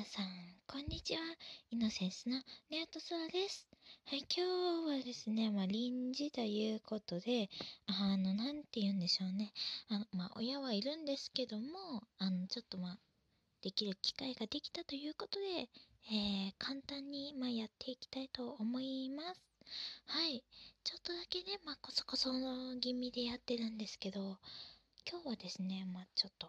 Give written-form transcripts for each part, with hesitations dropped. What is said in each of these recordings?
さん、こんにちは。イノセンスのネオトソラです。はい、今日はですね、臨時ということで、なんて言うんでしょうね。親はいるんですけども、ちょっとできる機会ができたということで、簡単に、やっていきたいと思います。はい、ちょっとだけね、こそこそ気味でやってるんですけど、今日はですね、ちょっと、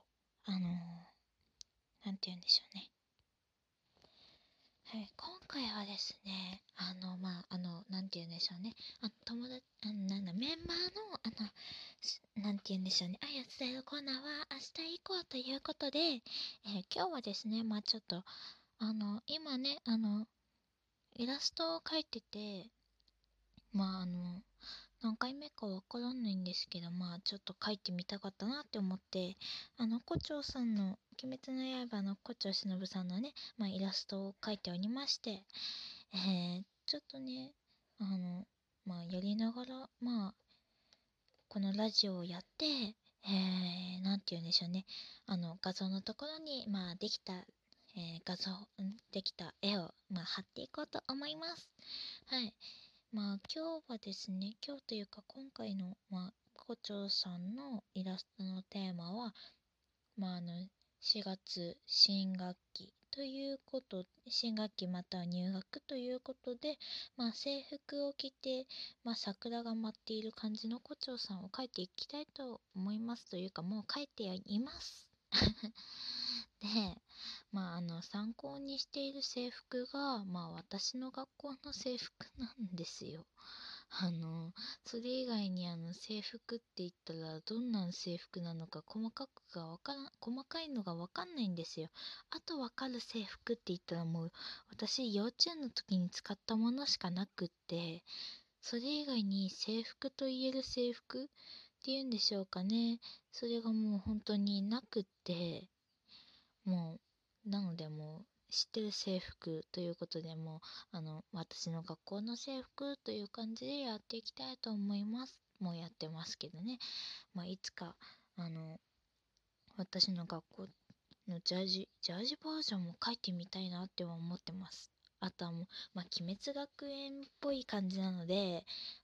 なんて言うんでしょうね。はい、今回はですね、なんて言うんでしょうね、友達、メンバーの、なんて言うんでしょうね、やつだよコーナーは明日以降ということで、今日はですね、ちょっと、今ね、イラストを描いてて、何回目かわからないんですけど、ちょっと描いてみたかったなって思って、胡蝶さんの、鬼滅の刃の胡蝶忍さんのね、イラストを描いておりまして、ちょっとね、やりながら、このラジオをやって、なんて言うんでしょうね、画像のところに、できた、できた絵を、貼っていこうと思います。はい。今日はですね、今日というか今回の、胡蝶さんのイラストのテーマは、4月新学期ということ、新学期または入学ということで、制服を着て、桜が舞っている感じの胡蝶さんを描いていきたいと思いますというか、もう描いています。で、参考にしている制服が、私の学校の制服なんですよ。それ以外に制服って言ったらどんな制服なのか細かいのがわかんないんですよ。あとわかる制服って言ったらもう私幼稚園の時に使ったものしかなくって、それ以外に制服と言える制服っていうんでしょうかね。それがもう本当になくって、なのでもう知ってる制服ということで私の学校の制服という感じでやっていきたいと思います。もうやってますけどね。いつか、私の学校のジャージバージョンも書いてみたいなっては思ってます。あとは鬼滅学園っぽい感じなので、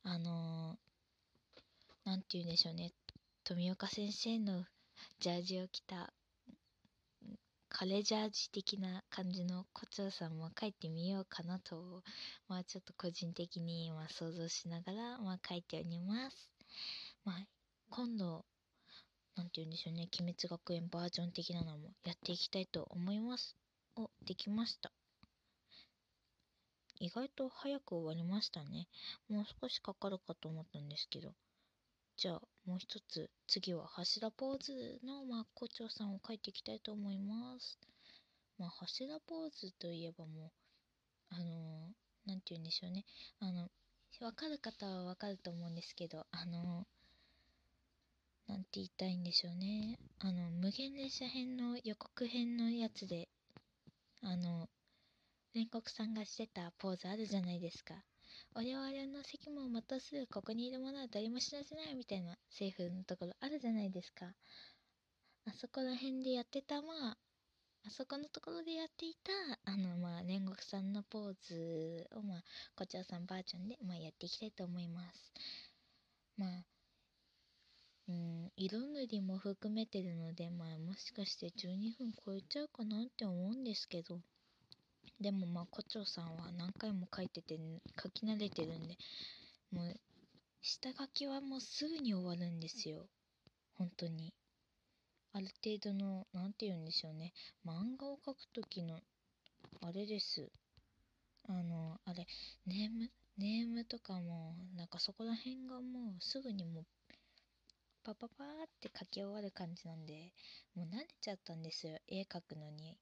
なんて言うんでしょうね。富岡先生のジャージを着たカレージャージ的な感じの胡蝶さんも描いてみようかなと、ちょっと個人的に想像しながら、描いております。今度、なんて言うんでしょうね、鬼滅学園バージョン的なのもやっていきたいと思います。できました。意外と早く終わりましたね。もう少しかかるかと思ったんですけど。じゃあ、もう一つ、次は柱ポーズの、胡蝶さんを描いていきたいと思います。柱ポーズといえばもう、なんて言うんでしょうね。わかる方はわかると思うんですけど、なんて言いたいんでしょうね。無限列車編の予告編のやつで、煉獄さんがしてたポーズあるじゃないですか。我々の責務をまたすぐここにいる者は誰も知らせないみたいなセリフのところあるじゃないですか。あそこら辺でやってた、あそこのところでやっていた、煉獄さんのポーズを、こちらさんバージョンで、やっていきたいと思います。色塗りも含めてるので、もしかして12分超えちゃうかなって思うんですけど、でも胡蝶さんは何回も書いてて、書き慣れてるんで、もう、下書きはもうすぐに終わるんですよ。本当に。ある程度の、なんて言うんでしょうね。漫画を描くときの、あれです。あれ、ネーム、ネームとかも、そこら辺がもうすぐにもう、パパパーって書き終わる感じなんで、もう慣れちゃったんですよ、絵描くのに。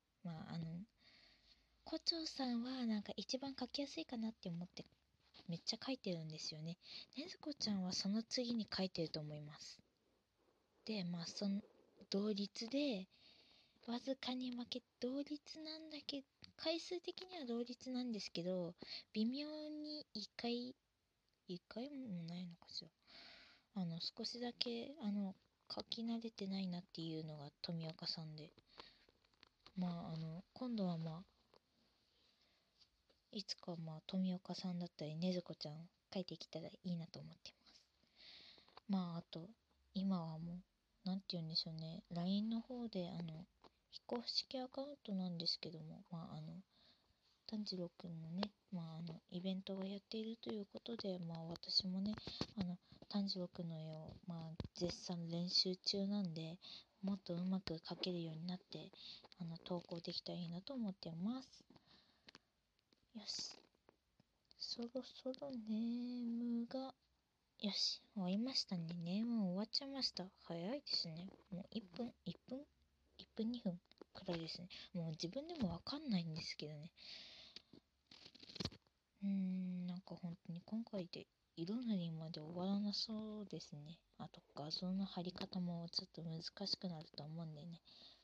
胡蝶さんは一番描きやすいかなって思ってめっちゃ描いてるんですよね。ねずこちゃんはその次に描いてると思います。で、その同率で、わずかに負け、同率なんだけど、回数的には同率なんですけど、微妙に1回もないのかしら。少しだけ、書き慣れてないなっていうのが富岡さんで。 今度はいつか富岡さんだったりねずこちゃん書いてきたらいいなと思ってます。あと今はもうなんて言うんでしょうね、 LINE の方で非公式アカウントなんですけども、炭治郎くんのね、イベントがやっているということで、私もね、炭治郎くんの絵を、絶賛練習中なんで、もっとうまく描けるようになって、投稿できたらいいなと思ってます。よし。そろそろネームが、よし、終わりましたね。ネーム終わっちゃいました。早いですね。もう1分、2分くらいですね。もう自分でもわかんないんですけどね。なんか本当に今回で色塗りまで終わらなそうですね。あと画像の貼り方もちょっと難しくなると思うんでね。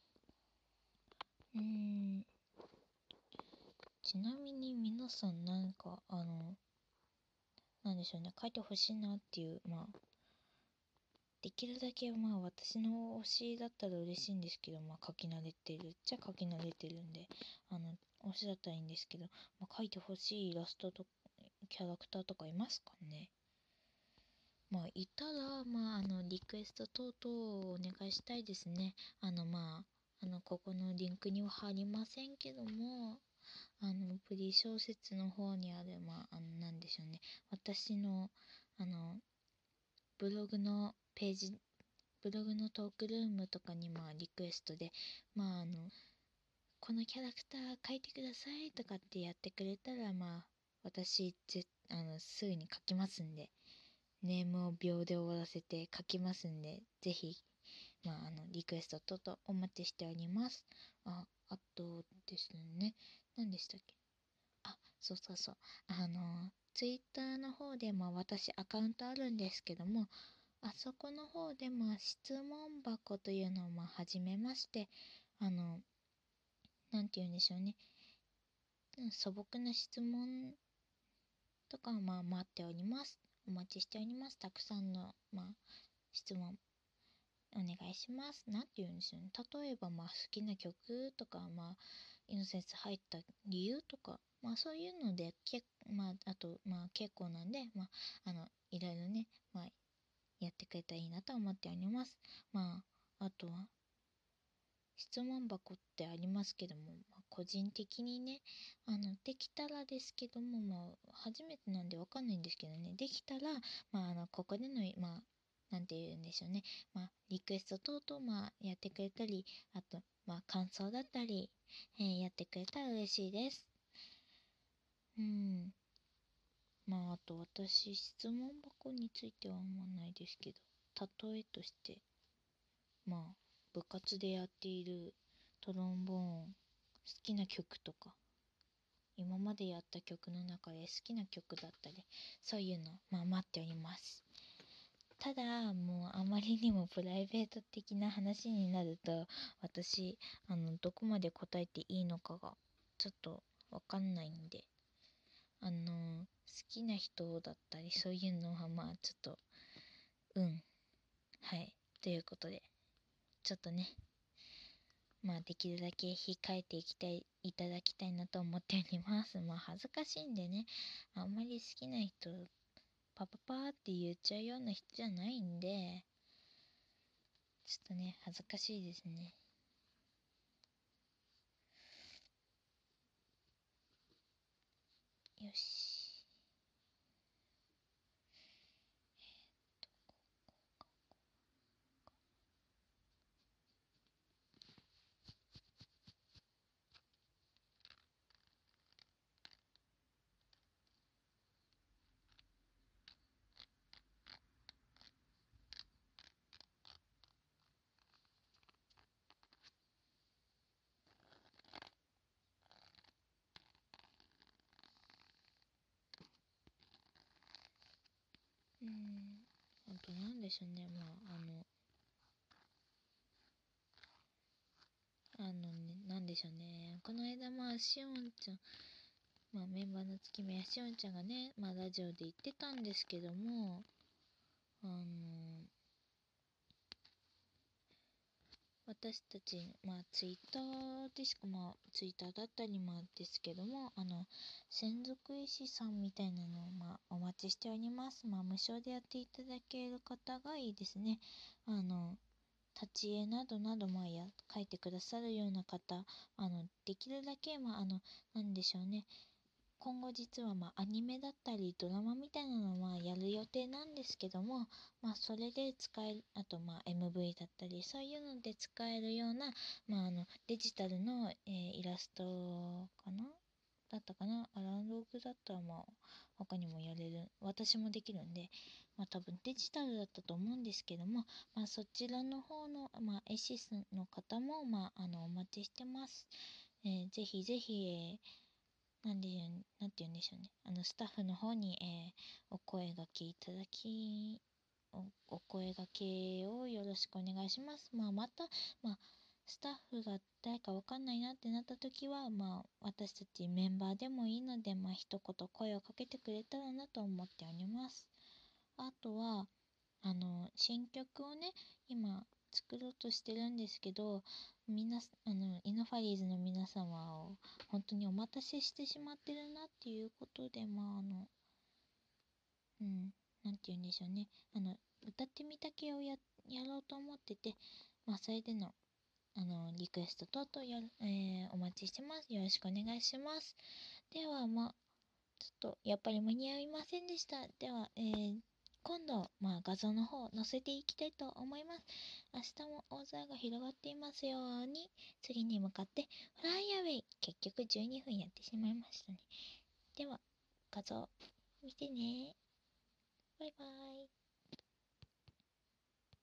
ちなみに皆さんなんかなんでしょうね、書いてほしいなっていう、できるだけ私の推しだったら嬉しいんですけど、書き慣れてるっちゃ書き慣れてるんで、推しだったらいいんですけど、書いてほしいイラストとキャラクターとかいますかね。いたら、リクエスト等々をお願いしたいですね。ここのリンクには貼りませんけども、プリ小説の方にある、なんでしょうね。私の、ブログのページ、ブログのトークルームとかに、リクエストで、このキャラクター書いてくださいとかってやってくれたら、私、すぐに書きますんで、ネームを秒で終わらせて書きますんで、ぜひ、リクエスト等々お待ちしております。あとですね、何でしたっけ。そうそうそう。ツイッターの方で、私アカウントあるんですけども、あそこの方で、質問箱というのを、始めまして、なんて言うんでしょうね。素朴な質問とかを、待っております。お待ちしております。たくさんの、質問お願いします。なんて言うんでしょうね。例えば、好きな曲とか、イノセンス入った理由とか、そういうので、あと、結構なんで、いろいろね、やってくれたらいいなと思っております。あとは、質問箱ってありますけども、個人的にね、できたらですけども、初めてなんでわかんないんですけどね、できたら、ここでの、なんて言うんでしょうね、リクエスト等々、やってくれたり、あと、感想だったり、やってくれたら嬉しいです。あと私、質問箱についてはあんまないですけど、例えとして、部活でやっているトロンボーン、好きな曲とか、今までやった曲の中で好きな曲だったり、そういうの、待っております。ただ、もうあまりにもプライベート的な話になると、私、どこまで答えていいのかが、ちょっとわかんないんで、好きな人だったり、そういうのは、ちょっと、はい。ということで、ちょっとね、できるだけ控えていただきたいなと思っております。恥ずかしいんでね、あんまり好きな人、パパパーって言っちゃうような人じゃないんで、ちょっとね、恥ずかしいですね。よし。あとなんでしょうね、なんでしょうね、この間しおんちゃん、メンバーの月見やしおんちゃんがね、ラジオで言ってたんですけども、 私たち、ツイッターでしか、ツイッターだったりですけども、専属医師さんみたいなのを、お待ちしております。無償でやっていただける方がいいですね。立ち絵などなど、書いてくださるような方、できるだけ、なんでしょうね。今後実はアニメだったりドラマみたいなのはやる予定なんですけども、それで使える、あとMV だったりそういうので使えるような、デジタルの、イラストかなだったかな、アナログだったら他にもやれる、私もできるんで、多分デジタルだったと思うんですけども、そちらの方の、エシスの方も、お待ちしてます。ぜひぜひ、なんて言うんでしょうね。スタッフの方に、お声掛けいただき、お声掛けをよろしくお願いします。また、スタッフが誰かわかんないなってなった時は、私たちメンバーでもいいので、一言声をかけてくれたらなと思っております。あとは、新曲をね、今、作ろうとしてるんですけど、イノファリーズの皆様を本当にお待たせしてしまってるなっていうことで、なんて言うんでしょうね。歌ってみた系をやろうと思ってて、それでの、リクエスト等々お待ちしてます。よろしくお願いします。では、ちょっと、やっぱり間に合いませんでした。では、今度、画像の方載せていきたいと思います。明日も大空が広がっていますように、次に向かって、フライアウェイ。結局12分やってしまいましたね。では、画像、見てね。バイバイ。